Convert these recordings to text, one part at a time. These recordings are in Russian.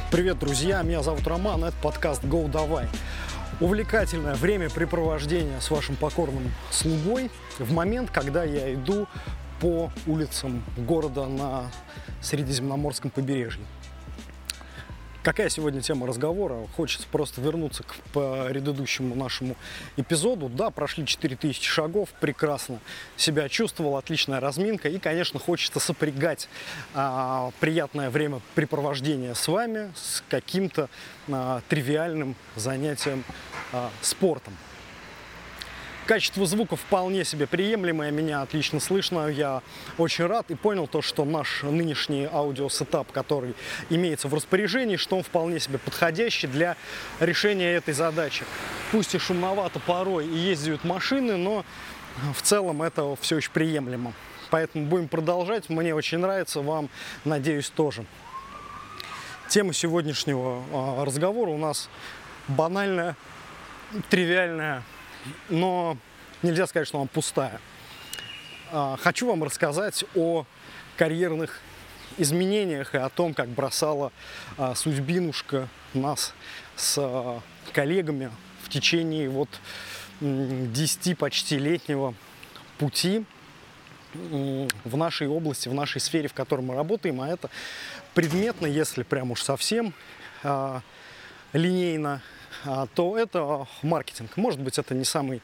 Привет, друзья! Меня зовут Роман, это подкаст «Go Давай». Увлекательное времяпрепровождение с вашим покорным слугой в момент, когда я иду по улицам города на Средиземноморском побережье. Какая сегодня тема разговора? Хочется просто вернуться к предыдущему нашему эпизоду. Да, прошли 4000 шагов, прекрасно себя чувствовал, отличная разминка. И, конечно, хочется сопрягать приятное времяпрепровождение с вами с каким-то тривиальным занятием спортом. Качество звука вполне себе приемлемое, меня отлично слышно, я очень рад и понял то, что наш нынешний аудиосетап, который имеется в распоряжении, что он вполне себе подходящий для решения этой задачи. Пусть и шумновато порой и ездят машины, но в целом это все еще приемлемо. Поэтому будем продолжать, мне очень нравится, вам, надеюсь, тоже. Тема сегодняшнего разговора у нас банальная, тривиальная, но нельзя сказать, что она пустая. Хочу вам рассказать о карьерных изменениях и о том, как бросала судьбинушка нас с коллегами в течение 10 почти летнего пути в нашей области, в нашей сфере, в которой мы работаем. А это предметно, если прям уж совсем линейно, то это маркетинг. Может быть, это не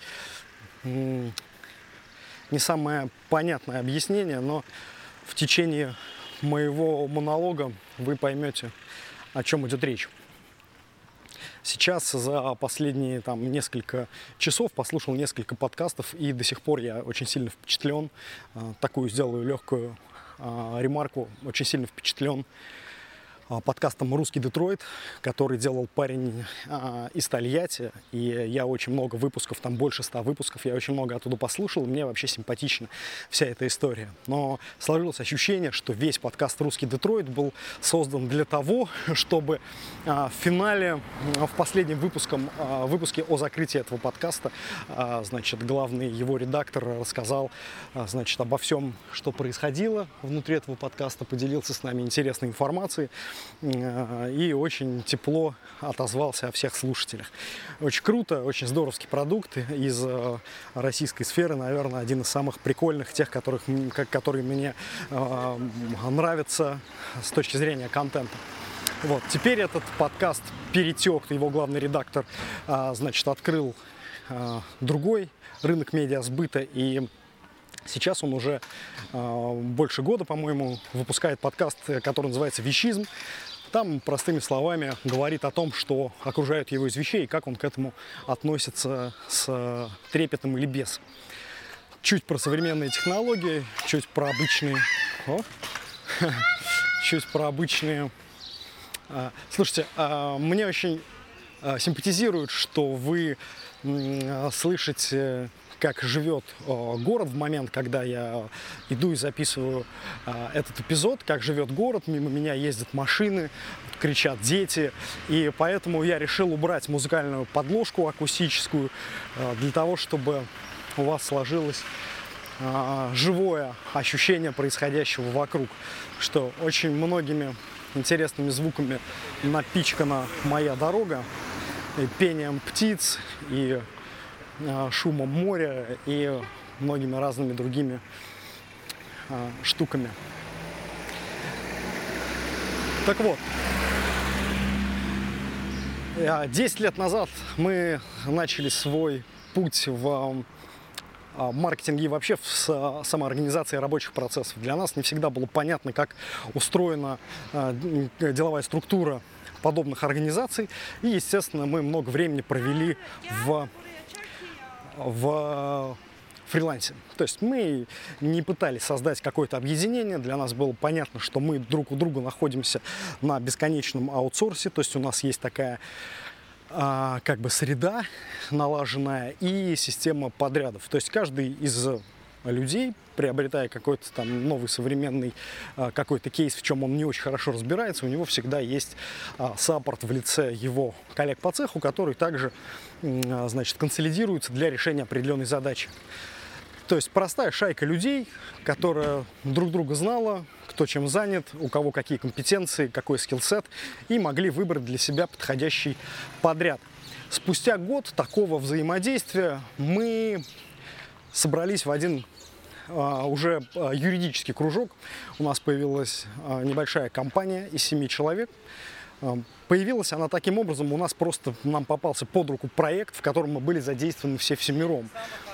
самое понятное объяснение, но в течение моего монолога вы поймете, о чем идет речь. Сейчас за последние несколько часов послушал несколько подкастов, и до сих пор я очень сильно впечатлен. Такую сделаю легкую ремарку. Очень сильно впечатлен подкастом «Русский Детройт», который делал парень из Тольятти, и я очень много выпусков, там больше 100 выпусков, я очень много оттуда послушал, и мне вообще симпатична вся эта история. Но сложилось ощущение, что весь подкаст «Русский Детройт» был создан для того, чтобы в финале, в последнем выпуске о закрытии этого подкаста, главный его редактор рассказал, обо всем, что происходило внутри этого подкаста, поделился с нами интересной информацией, и очень тепло отозвался о всех слушателях. Очень круто, очень здоровский продукт из российской сферы, наверное, один из самых прикольных, тех, которые мне нравятся с точки зрения контента. Теперь этот подкаст перетек, его главный редактор, открыл другой рынок медиасбыта, и сейчас он уже больше года, по-моему, выпускает подкаст, который называется «Вещизм». Там, простыми словами, говорит о том, что окружает его из вещей и как он к этому относится с трепетом или без. Чуть про современные технологии, чуть про обычные... Слушайте, мне очень симпатизирует, что вы слышите, как живет город в момент, когда я иду и записываю этот эпизод, как живет город, мимо меня ездят машины, кричат дети, и поэтому я решил убрать музыкальную подложку акустическую для того, чтобы у вас сложилось живое ощущение происходящего вокруг, что очень многими интересными звуками напичкана моя дорога, и пением птиц, и шумом моря, и многими разными другими штуками. Так вот, 10 лет назад мы начали свой путь в маркетинге и вообще в самоорганизации рабочих процессов. Для нас не всегда было понятно, как устроена деловая структура подобных организаций, и, естественно, мы много времени провели в фрилансе. То есть мы не пытались создать какое-то объединение, для нас было понятно, что мы друг у друга находимся на бесконечном аутсорсе, то есть у нас есть такая среда налаженная и система подрядов. То есть каждый из людей, приобретая какой-то новый современный какой-то кейс, в чем он не очень хорошо разбирается, у него всегда есть саппорт в лице его коллег по цеху, который также консолидируется для решения определенной задачи. То есть простая шайка людей, которая друг друга знала, кто чем занят, у кого какие компетенции, какой скиллсет, и могли выбрать для себя подходящий подряд. Спустя год такого взаимодействия мы собрались в один уже юридический кружок. У нас появилась небольшая компания из 7 человек. Появилась она таким образом, нам попался под руку проект, в котором мы были задействованы все всемиром.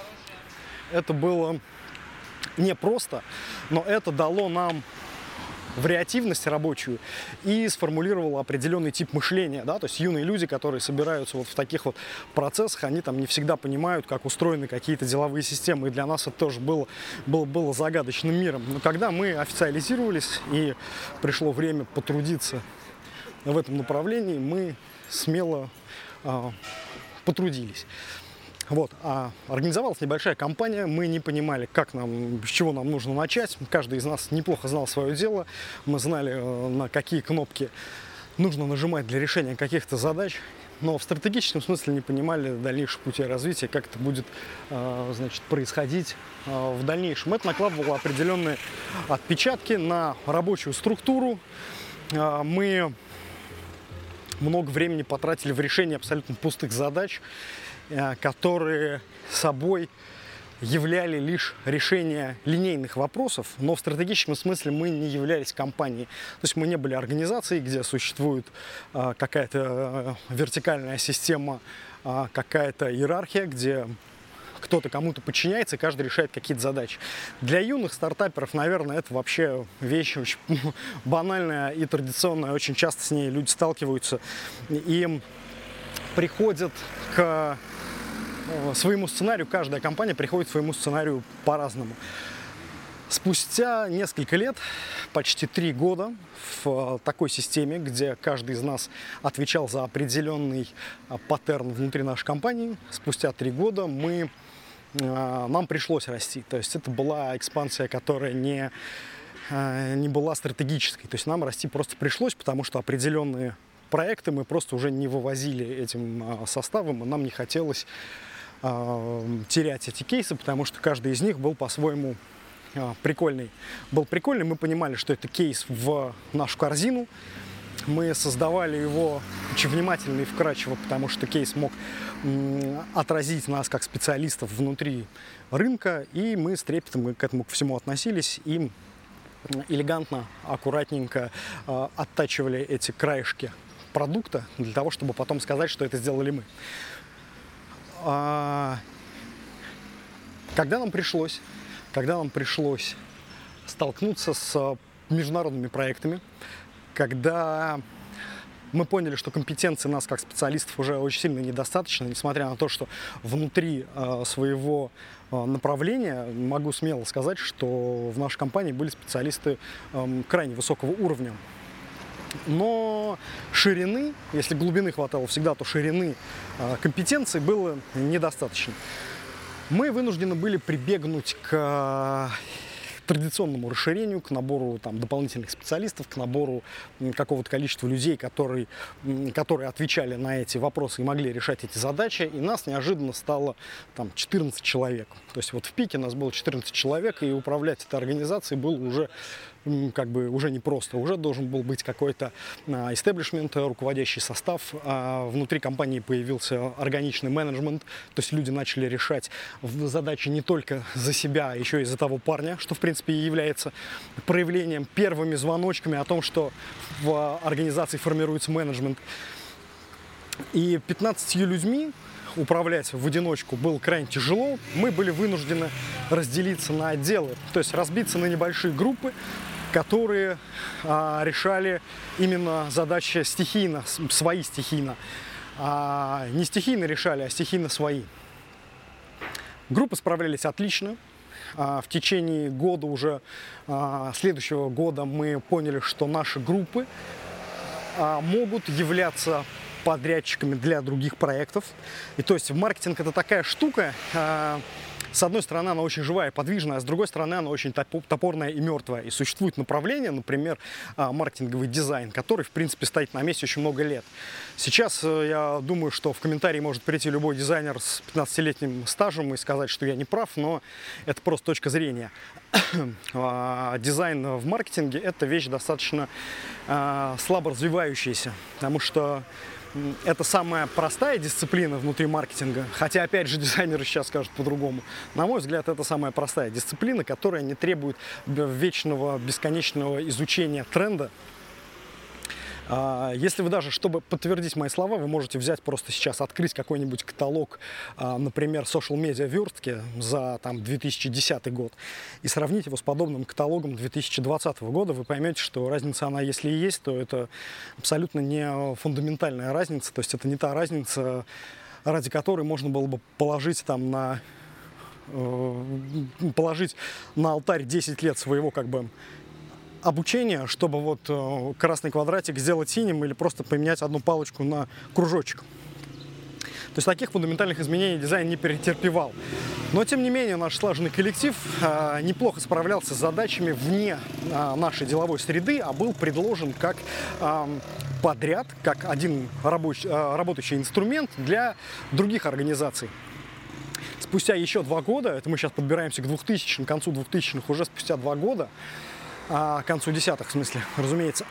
Это было непросто, но это дало нам вариативность рабочую и сформулировало определенный тип мышления. Да? То есть юные люди, которые собираются вот в таких вот процессах, они там не всегда понимают, как устроены какие-то деловые системы. И для нас это тоже было загадочным миром. Но когда мы официализировались и пришло время потрудиться в этом направлении, мы смело потрудились. Вот. А организовалась небольшая компания, мы не понимали, с чего нам нужно начать. Каждый из нас неплохо знал свое дело, мы знали, на какие кнопки нужно нажимать для решения каких-то задач, но в стратегическом смысле не понимали дальнейших путей развития, как это будет происходить в дальнейшем. Это накладывало определенные отпечатки на рабочую структуру. Мы много времени потратили в решении абсолютно пустых задач, которые собой являли лишь решение линейных вопросов, но в стратегическом смысле мы не являлись компанией. То есть мы не были организацией, где существует какая-то вертикальная система, какая-то иерархия, где кто-то кому-то подчиняется, и каждый решает какие-то задачи. Для юных стартаперов, наверное, это вообще вещь очень банальная и традиционная. Очень часто с ней люди сталкиваются и приходят к своему сценарию. Каждая компания приходит к своему сценарию по-разному. Спустя несколько лет, почти 3 года, в такой системе, где каждый из нас отвечал за определенный паттерн внутри нашей компании, спустя 3 года нам пришлось расти. То есть это была экспансия, которая не была стратегической. То есть нам расти просто пришлось, потому что определенные проекты мы просто уже не вывозили этим составом, и нам не хотелось терять эти кейсы, потому что каждый из них был по-своему прикольный. Был прикольный, мы понимали, что это кейс в нашу корзину. Мы создавали его очень внимательно и вкратчиво, потому что кейс мог отразить нас как специалистов внутри рынка, и мы с трепетом к этому ко всему относились и элегантно, аккуратненько оттачивали эти краешки продукта для того, чтобы потом сказать, что это сделали мы. Когда нам пришлось столкнуться с международными проектами, когда мы поняли, что компетенции нас как специалистов уже очень сильно недостаточно, несмотря на то, что внутри своего направления могу смело сказать, что в нашей компании были специалисты крайне высокого уровня. Но ширины, если глубины хватало всегда, то ширины компетенций было недостаточно. Мы вынуждены были прибегнуть к традиционному расширению, к набору дополнительных специалистов, к набору какого-то количества людей, которые отвечали на эти вопросы и могли решать эти задачи. И нас неожиданно стало 14 человек. То есть вот в пике нас было 14 человек, и управлять этой организацией было уже непросто. Уже должен был быть какой-то истеблишмент, руководящий состав. Внутри компании появился органичный менеджмент, то есть люди начали решать задачи не только за себя, а еще и за того парня, что в принципе и является проявлением, первыми звоночками о том, что в организации формируется менеджмент. И 15 людьми управлять в одиночку было крайне тяжело. Мы были вынуждены разделиться на отделы, то есть разбиться на небольшие группы, которые решали именно задачи стихийно, свои стихийно. Не стихийно решали, а стихийно свои. Группы справлялись отлично. В течение года уже, следующего года, мы поняли, что наши группы могут являться подрядчиками для других проектов. И то есть маркетинг — это такая штука, С одной стороны, она очень живая и подвижная, а с другой стороны, она очень топорная и мертвая. И существует направление, например, маркетинговый дизайн, который, в принципе, стоит на месте очень много лет. Сейчас я думаю, что в комментарии может прийти любой дизайнер с 15-летним стажем и сказать, что я не прав, но это просто точка зрения. Дизайн в маркетинге – это вещь достаточно слабо развивающаяся, потому что это самая простая дисциплина внутри маркетинга, хотя, опять же, дизайнеры сейчас скажут по-другому. На мой взгляд, это самая простая дисциплина, которая не требует вечного, бесконечного изучения тренда. Если вы даже, чтобы подтвердить мои слова, вы можете взять просто сейчас, открыть какой-нибудь каталог, например, social media верстки за 2010 год и сравнить его с подобным каталогом 2020 года, вы поймете, что разница, она если и есть, то это абсолютно не фундаментальная разница, то есть это не та разница, ради которой можно было бы положить на алтарь 10 лет своего обучения, чтобы вот красный квадратик сделать синим или просто поменять одну палочку на кружочек. То есть таких фундаментальных изменений дизайн не претерпевал. Но, тем не менее, наш слаженный коллектив неплохо справлялся с задачами вне нашей деловой среды, а был предложен как подряд, как один работающий инструмент для других организаций. Спустя еще 2 года, это мы сейчас подбираемся к 2000-м, к концу 2000-х, уже спустя 2 года, к концу десятых, в смысле, разумеется,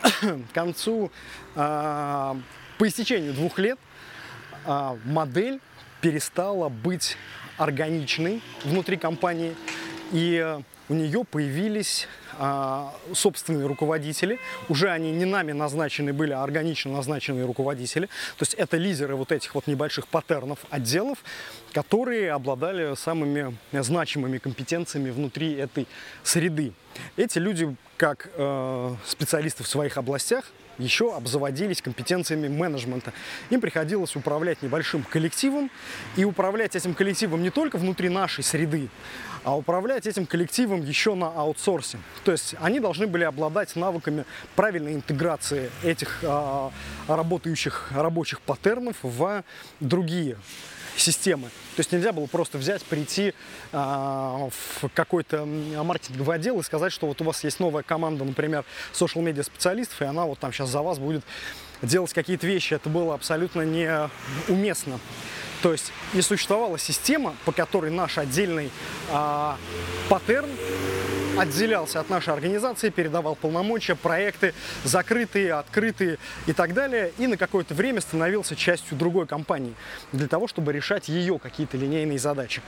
по истечению 2 лет модель перестала быть органичной внутри компании, и у нее появились собственные руководители. Уже они не нами назначены были, а органично назначенные руководители. То есть это лидеры вот этих вот небольших паттернов отделов, которые обладали самыми значимыми компетенциями внутри этой среды. Эти люди, как специалисты в своих областях, еще обзаводились компетенциями менеджмента. Им приходилось управлять небольшим коллективом, и управлять этим коллективом не только внутри нашей среды, а управлять этим коллективом еще на аутсорсе. То есть они должны были обладать навыками правильной интеграции этих работающих рабочих паттернов в другие системы. То есть нельзя было просто взять, прийти в какой-то маркетинговый отдел и сказать, что вот у вас есть новая команда, например, social-медиа специалистов, и она вот там сейчас за вас будет делать какие-то вещи. Это было абсолютно неуместно. То есть и существовала система, по которой наш отдельный паттерн отделялся от нашей организации, передавал полномочия, проекты закрытые, открытые и так далее, и на какое-то время становился частью другой компании для того, чтобы решать ее какие-то линейные задачи.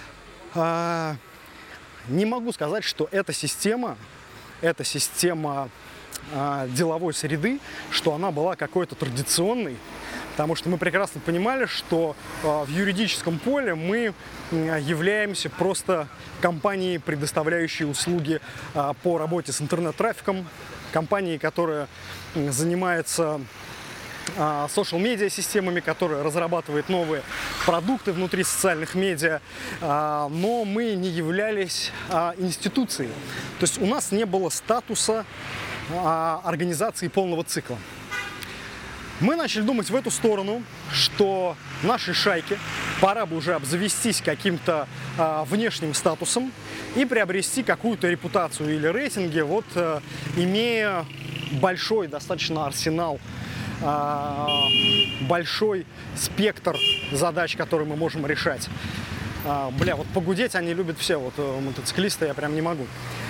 Не могу сказать, что эта система деловой среды, что она была какой-то традиционной, потому что мы прекрасно понимали, что в юридическом поле мы являемся просто компанией, предоставляющей услуги по работе с интернет-трафиком, компанией, которая занимается social-медиа системами, которая разрабатывает новые продукты внутри социальных медиа, но мы не являлись институцией. То есть у нас не было статуса организации полного цикла. Мы начали думать в эту сторону, что нашей шайке пора бы уже обзавестись каким-то внешним статусом и приобрести какую-то репутацию или рейтинги, вот имея большой достаточно арсенал, большой спектр задач, которые мы можем решать. Вот погудеть они любят все, вот мотоциклисты я прям не могу.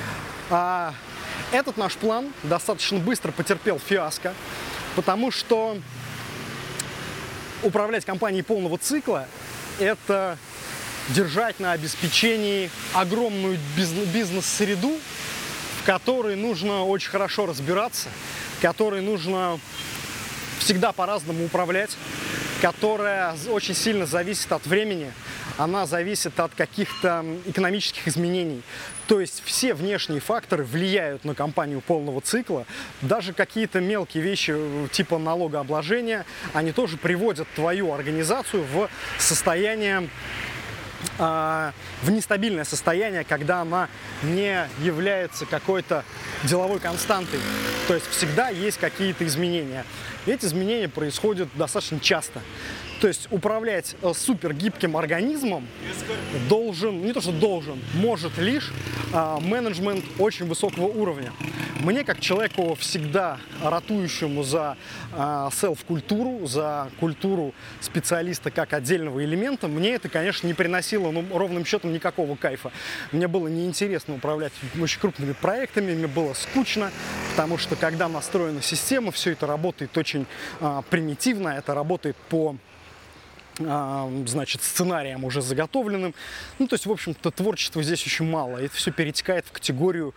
Этот наш план достаточно быстро потерпел фиаско, потому что управлять компанией полного цикла – это держать на обеспечении огромную бизнес-среду, в которой нужно очень хорошо разбираться, которой нужно всегда по-разному управлять, которая очень сильно зависит от времени, она зависит от каких-то экономических изменений. То есть все внешние факторы влияют на компанию полного цикла. Даже какие-то мелкие вещи типа налогообложения, они тоже приводят твою организацию в состояние в нестабильное состояние, когда она не является какой-то деловой константой. То есть всегда есть какие-то изменения. И эти изменения происходят достаточно часто. То есть управлять супергибким организмом должен, не то что должен, может лишь менеджмент очень высокого уровня. Мне, как человеку, всегда ратующему за селф-культуру, за культуру специалиста как отдельного элемента, мне это, конечно, не приносило ровным счетом никакого кайфа. Мне было неинтересно управлять очень крупными проектами, мне было скучно, потому что когда настроена система, все это работает очень примитивно, это работает по значит, сценариям уже заготовленным. Ну, то есть, в общем-то, творчества здесь очень мало. Это все перетекает в категорию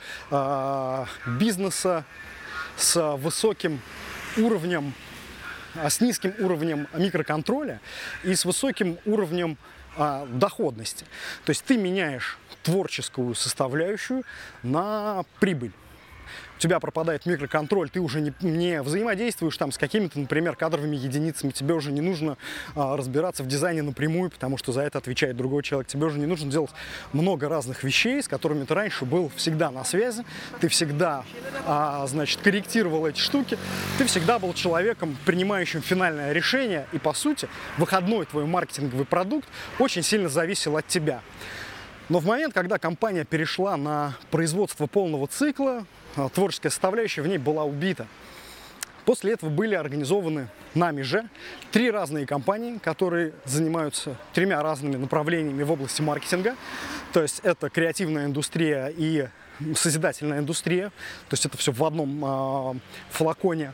бизнеса с высоким уровнем, с низким уровнем микроконтроля и с высоким уровнем доходности. То есть ты меняешь творческую составляющую на прибыль. У тебя пропадает микроконтроль, ты уже не взаимодействуешь там с какими-то, например, кадровыми единицами, тебе уже не нужно разбираться в дизайне напрямую, потому что за это отвечает другой человек, тебе уже не нужно делать много разных вещей, с которыми ты раньше был всегда на связи, ты всегда, значит, корректировал эти штуки, ты всегда был человеком, принимающим финальное решение, и, по сути, выходной твой маркетинговый продукт очень сильно зависел от тебя. Но в момент, когда компания перешла на производство полного цикла, творческая составляющая в ней была убита. После этого были организованы нами же 3 разные компании, которые занимаются 3 разными направлениями в области маркетинга. То есть это креативная индустрия и созидательная индустрия. То есть это все в одном флаконе.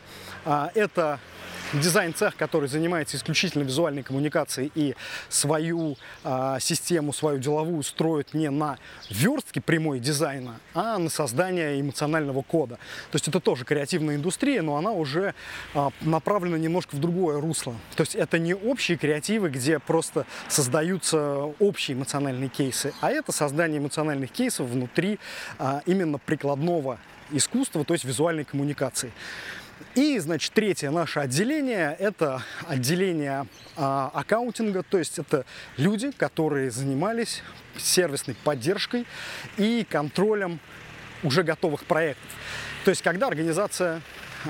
Это дизайн-цех, который занимается исключительно визуальной коммуникацией и свою систему, свою деловую строит не на верстке прямой дизайна, а на создание эмоционального кода. То есть это тоже креативная индустрия, но она уже направлена немножко в другое русло. То есть это не общие креативы, где просто создаются общие эмоциональные кейсы, а это создание эмоциональных кейсов внутри именно прикладного искусства, то есть визуальной коммуникации. И, значит, третье наше отделение – это отделение аккаунтинга, то есть это люди, которые занимались сервисной поддержкой и контролем уже готовых проектов. То есть когда организация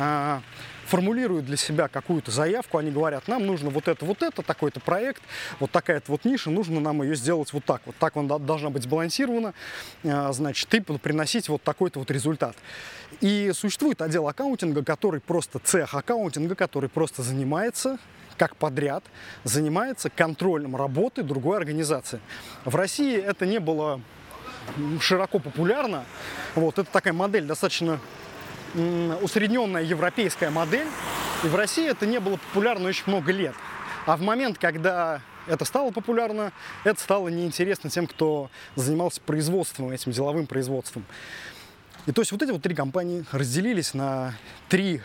формулируют для себя какую-то заявку, они говорят, нам нужно вот это, такой-то проект, вот такая-то вот ниша, нужно нам ее сделать вот так. Вот так она должна быть сбалансирована, значит, и приносить вот такой-то вот результат. И существует отдел аккаунтинга, который просто цех аккаунтинга, который просто занимается, как подряд, занимается контролем работы другой организации. В России это не было широко популярно. Вот, это такая модель достаточно усредненная европейская модель, и в России это не было популярно очень много лет. А в момент, когда это стало популярно, это стало неинтересно тем, кто занимался производством, этим деловым производством. И то есть вот эти вот 3 компании разделились на 3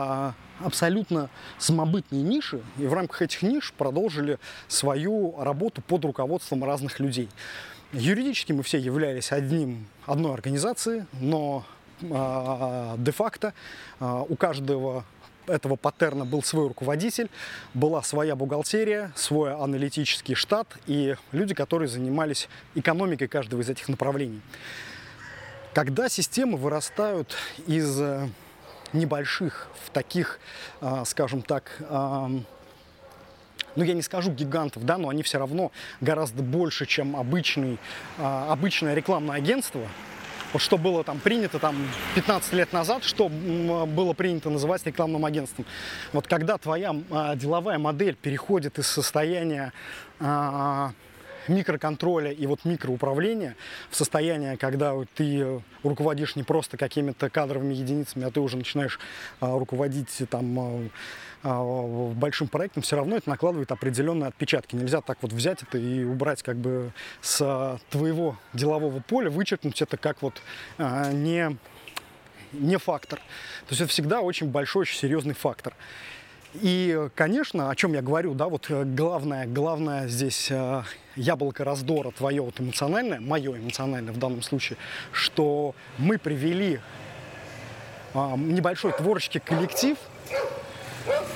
абсолютно самобытные ниши, и в рамках этих ниш продолжили свою работу под руководством разных людей. Юридически мы все являлись одной организацией, но де-факто у каждого этого паттерна был свой руководитель, была своя бухгалтерия, свой аналитический штат и люди, которые занимались экономикой каждого из этих направлений. Когда системы вырастают из небольших в таких, скажем так, ну я не скажу гигантов, да, но они все равно гораздо больше, чем обычное рекламное агентство. Вот что было там принято 15 лет назад, что было принято называть рекламным агентством. Вот когда твоя деловая модель переходит из состояния микроконтроля и вот микроуправления в состояние, когда ты руководишь не просто какими-то кадровыми единицами, а ты уже начинаешь руководить там большим проектом, все равно это накладывает определенные отпечатки. Нельзя так вот взять это и убрать как бы с твоего делового поля, вычеркнуть это как вот не фактор. То есть это всегда очень большой, очень серьезный фактор. И, конечно, о чем я говорю, да, вот главное здесь яблоко раздора твое вот эмоциональное, мое эмоциональное в данном случае, что мы привели небольшой творческий коллектив,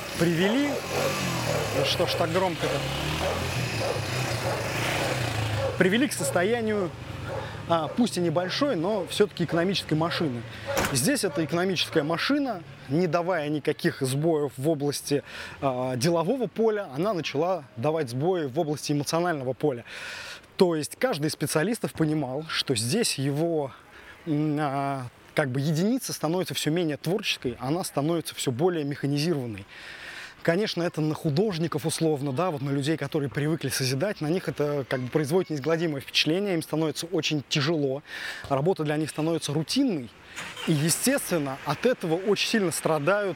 что ж так громко-то? привели к состоянию, пусть и небольшой, но все-таки экономической машины. Здесь эта экономическая машина, не давая никаких сбоев в области делового поля, она начала давать сбои в области эмоционального поля. То есть каждый из специалистов понимал, что здесь его как бы единица становится все менее творческой, она становится все более механизированной. Конечно, это на художников условно, да, вот на людей, которые привыкли созидать, на них это как бы производит неизгладимое впечатление, им становится очень тяжело, работа для них становится рутинной, и, естественно, от этого очень сильно страдают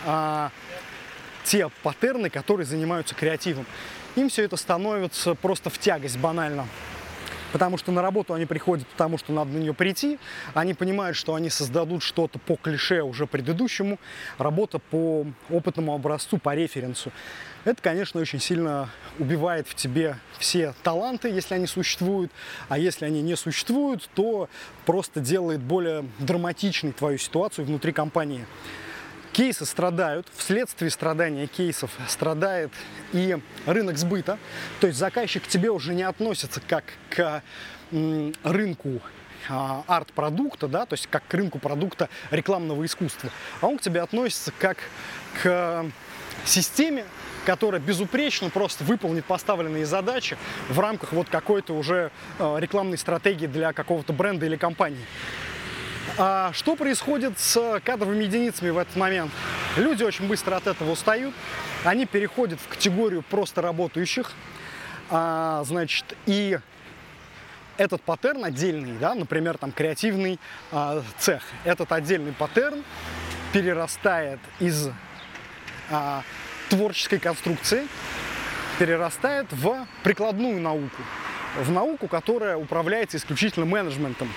те паттерны, которые занимаются креативом. Им все это становится просто в тягость банально. Потому что на работу они приходят, потому что надо на нее прийти. Они понимают, что они создадут что-то по клише уже предыдущему. Работа по опытному образцу, по референсу. Это, конечно, очень сильно убивает в тебе все таланты, если они существуют. А если они не существуют, то просто делает более драматичной твою ситуацию внутри компании. Кейсы страдают, вследствие страдания кейсов страдает и рынок сбыта. То есть заказчик к тебе уже не относится как к рынку арт-продукта, да, то есть как к рынку продукта рекламного искусства, а он к тебе относится как к системе, которая безупречно просто выполнит поставленные задачи в рамках вот какой-то уже рекламной стратегии для какого-то бренда или компании. А что происходит с кадровыми единицами в этот момент? Люди очень быстро от этого устают, они переходят в категорию просто работающих, значит, и этот паттерн отдельный, да, например, там креативный цех, этот отдельный паттерн перерастает из творческой конструкции, перерастает в прикладную науку, в науку, которая управляется исключительно менеджментом.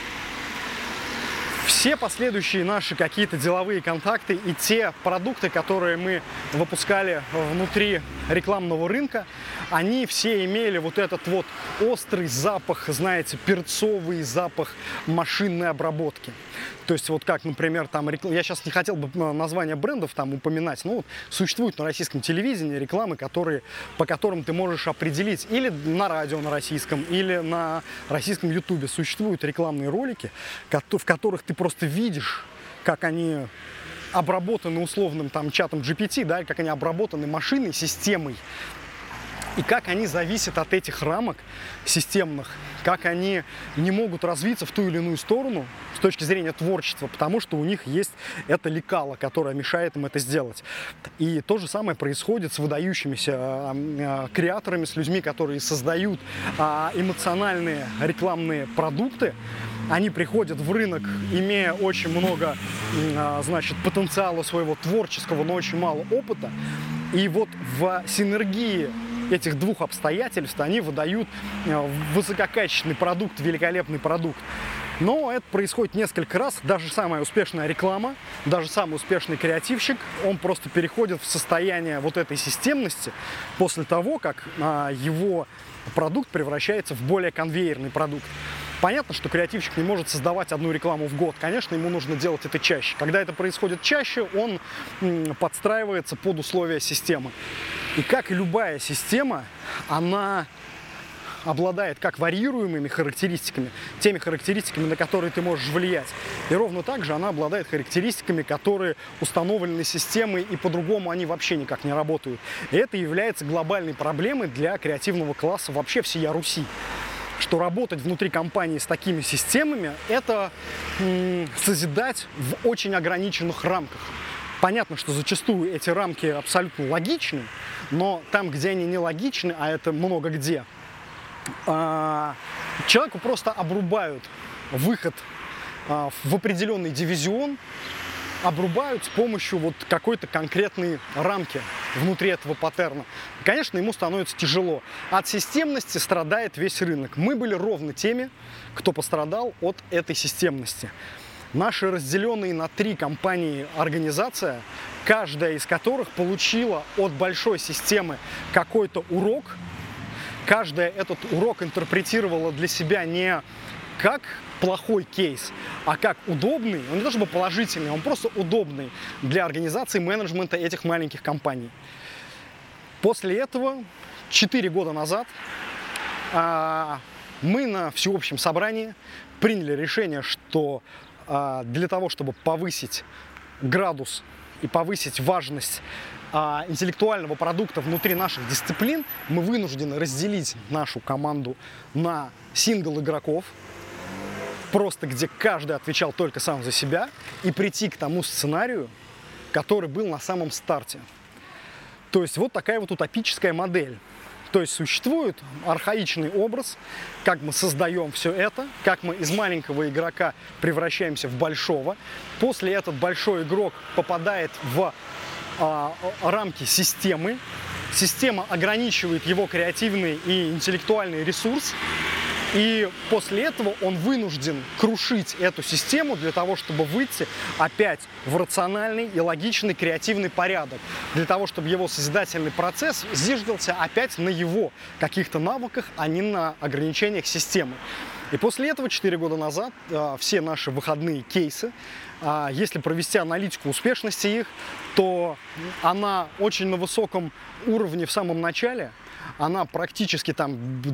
Все последующие наши какие-то деловые контакты и те продукты, которые мы выпускали внутри рекламного рынка, они все имели вот этот вот острый запах, знаете, перцовый запах машинной обработки. То есть вот как, например, там, я сейчас не хотел бы названия брендов там упоминать, но вот существуют на российском телевидении рекламы, по которым ты можешь определить, или на радио на российском, или на российском ютубе существуют рекламные ролики, в которых ты просто видишь, как они обработаны условным там чатом GPT, да, как они обработаны машиной, системой, и как они зависят от этих рамок системных, как они не могут развиться в ту или иную сторону с точки зрения творчества, потому что у них есть это лекало, которое мешает им это сделать. И то же самое происходит с выдающимися креаторами, с людьми, которые создают эмоциональные рекламные продукты. Они приходят в рынок, имея очень много, значит, потенциала своего творческого, но очень мало опыта. И вот в синергии этих двух обстоятельств они выдают высококачественный продукт, великолепный продукт. Но это происходит несколько раз. Даже самая успешная реклама, даже самый успешный креативщик, он просто переходит в состояние вот этой системности после того, как его продукт превращается в более конвейерный продукт. Понятно, что креативщик не может создавать одну рекламу в год. Конечно, ему нужно делать это чаще. Когда это происходит чаще, он подстраивается под условия системы. И как и любая система, она обладает как варьируемыми характеристиками, теми характеристиками, на которые ты можешь влиять. И ровно так же она обладает характеристиками, которые установлены системой, и по-другому они вообще никак не работают. И это является глобальной проблемой для креативного класса вообще всея Руси. Что работать внутри компании с такими системами – это созидать в очень ограниченных рамках. Понятно, что зачастую эти рамки абсолютно логичны, но там, где они не логичны, а это много где, человеку просто обрубают выход в определенный дивизион, обрубают с помощью вот какой-то конкретной рамки внутри этого паттерна. И, конечно, ему становится тяжело. От системности страдает весь рынок. Мы были ровно теми, кто пострадал от этой системности. Наши разделенные на 3 компании организация, каждая из которых получила от большой системы какой-то урок, каждая этот урок интерпретировала для себя не как плохой кейс, а как удобный, он не то чтобы положительный, он просто удобный для организации менеджмента этих маленьких компаний. После этого, 4 года назад, мы на всеобщем собрании приняли решение, что для того, чтобы повысить градус и повысить важность интеллектуального продукта внутри наших дисциплин, мы вынуждены разделить нашу команду на сингл игроков, просто где каждый отвечал только сам за себя, и прийти к тому сценарию, который был на самом старте. То есть вот такая вот утопическая модель. То есть существует архаичный образ, как мы создаем все это, как мы из маленького игрока превращаемся в большого. После этот большой игрок попадает в рамки системы. Система ограничивает его креативный и интеллектуальный ресурс. И после этого он вынужден крушить эту систему для того, чтобы выйти опять в рациональный и логичный креативный порядок. Для того, чтобы его созидательный процесс зиждался опять на его каких-то навыках, а не на ограничениях системы. И после этого, 4 года назад, все наши выходные кейсы, если провести аналитику успешности их, то она очень на высоком уровне в самом начале. Она практически там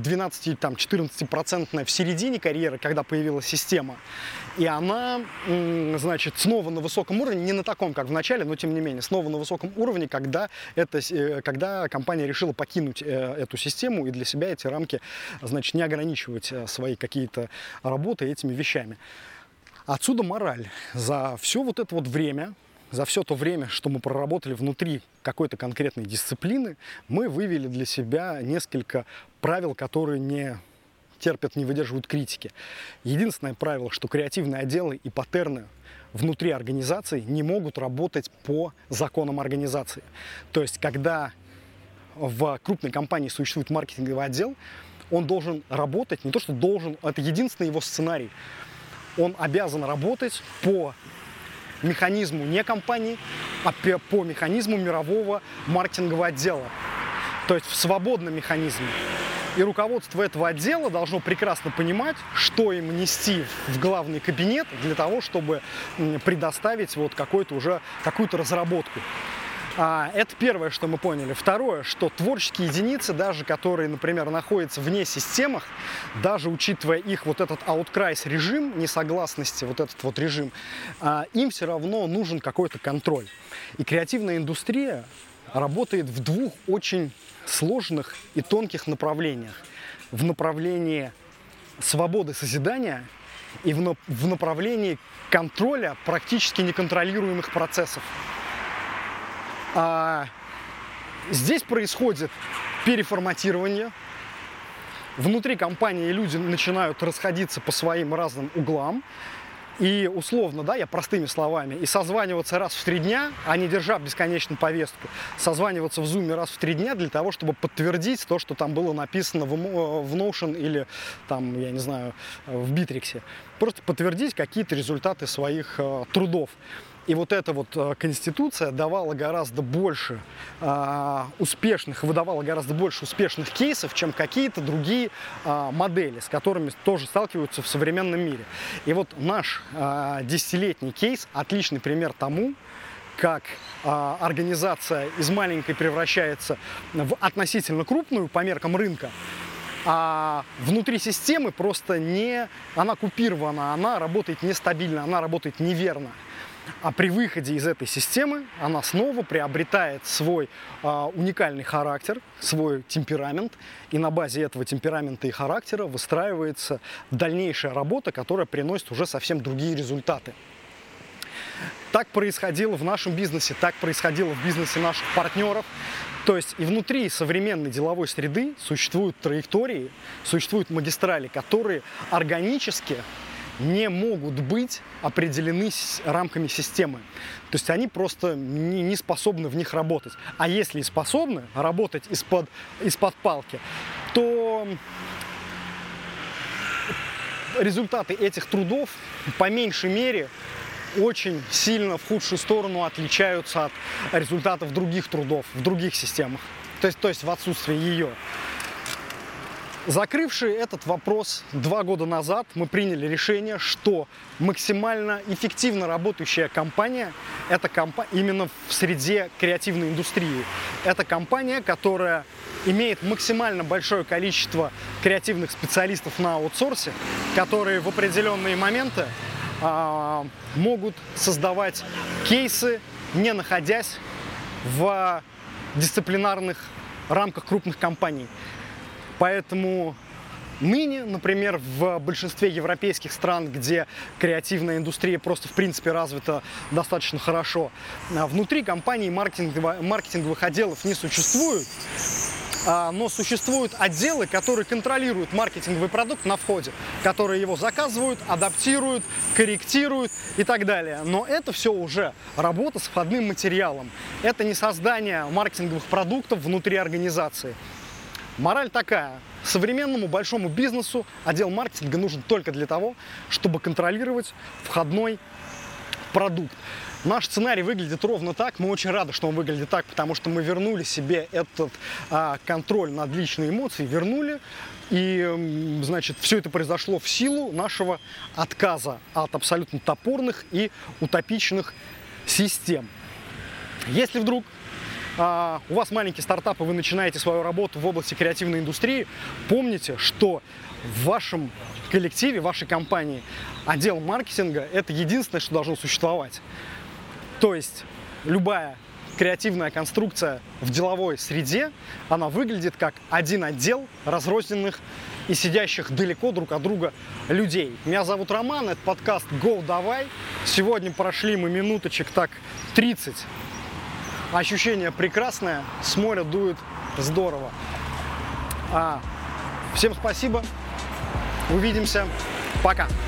12-14% в середине карьеры, когда появилась система. И она, значит, снова на высоком уровне, не на таком, как в начале, но тем не менее, снова на высоком уровне, когда компания решила покинуть эту систему и для себя эти рамки, значит, не ограничивать свои какие-то работы этими вещами. Отсюда мораль. За все вот это вот время, за все то время, что мы проработали внутри какой-то конкретной дисциплины, мы вывели для себя несколько правил, которые не терпят, не выдерживают критики. Единственное правило, что креативные отделы и паттерны внутри организации не могут работать по законам организации. То есть, когда в крупной компании существует маркетинговый отдел, он должен работать, не то что должен, это единственный его сценарий. Он обязан работать по механизму не компании, а по механизму мирового маркетингового отдела. То есть в свободном механизме. И руководство этого отдела должно прекрасно понимать, что им нести в главный кабинет для того, чтобы предоставить вот какую-то разработку. Это первое, что мы поняли. Второе, что творческие единицы, даже которые, например, находятся вне системах, даже учитывая их вот этот ауткрайс режим, несогласности, вот этот вот режим, им все равно нужен какой-то контроль. И креативная индустрия работает в двух очень сложных и тонких направлениях. В направлении свободы созидания и в направлении контроля практически неконтролируемых процессов. Здесь происходит переформатирование. Внутри компании люди начинают расходиться по своим разным углам. И условно, да, я простыми словами, и созваниваться раз в 3 дня, а не держа бесконечную повестку, созваниваться в Zoom раз в 3 дня для того, чтобы подтвердить то, что там было написано в Notion или там, я не знаю, в Bittrex. Просто подтвердить какие-то результаты своих трудов. И вот эта вот конституция давала гораздо больше выдавала гораздо больше успешных кейсов, чем какие-то другие модели, с которыми тоже сталкиваются в современном мире. И вот наш 10-летний кейс – отличный пример тому, как организация из маленькой превращается в относительно крупную по меркам рынка, а внутри системы просто она купирована, она работает нестабильно, она работает неверно. А при выходе из этой системы она снова приобретает свой уникальный характер, свой темперамент. И на базе этого темперамента и характера выстраивается дальнейшая работа, которая приносит уже совсем другие результаты. Так происходило в нашем бизнесе, так происходило в бизнесе наших партнеров. То есть и внутри современной деловой среды существуют траектории, существуют магистрали, которые органически не могут быть определены рамками системы. То есть они просто не способны в них работать. А если и способны работать из-под палки, то результаты этих трудов по меньшей мере очень сильно в худшую сторону отличаются от результатов других трудов в других системах. То есть в отсутствии ее. Закрывши этот вопрос 2 года назад, мы приняли решение, что максимально эффективно работающая компания – это именно в среде креативной индустрии. Это компания, которая имеет максимально большое количество креативных специалистов на аутсорсе, которые в определенные моменты могут создавать кейсы, не находясь в дисциплинарных рамках крупных компаний. Поэтому ныне, например, в большинстве европейских стран, где креативная индустрия просто в принципе развита достаточно хорошо, внутри компаний маркетинговых отделов не существует, но существуют отделы, которые контролируют маркетинговый продукт на входе, которые его заказывают, адаптируют, корректируют и так далее. Но это все уже работа с входным материалом. Это не создание маркетинговых продуктов внутри организации. Мораль такая. Современному большому бизнесу отдел маркетинга нужен только для того, чтобы контролировать входной продукт. Наш сценарий выглядит ровно так. Мы очень рады, что он выглядит так, потому что мы вернули себе этот контроль над личной эмоцией, вернули. И, значит, все это произошло в силу нашего отказа от абсолютно топорных и утопичных систем. Если вдруг у вас маленький стартап, и вы начинаете свою работу в области креативной индустрии, помните, что в вашем коллективе, в вашей компании отдел маркетинга – это единственное, что должно существовать. То есть любая креативная конструкция в деловой среде, она выглядит как один отдел разрозненных и сидящих далеко друг от друга людей. Меня зовут Роман, это подкаст «Go, давай». Сегодня прошли мы минуточек так 30. Ощущение прекрасное, с моря дует здорово. Всем спасибо, увидимся, пока.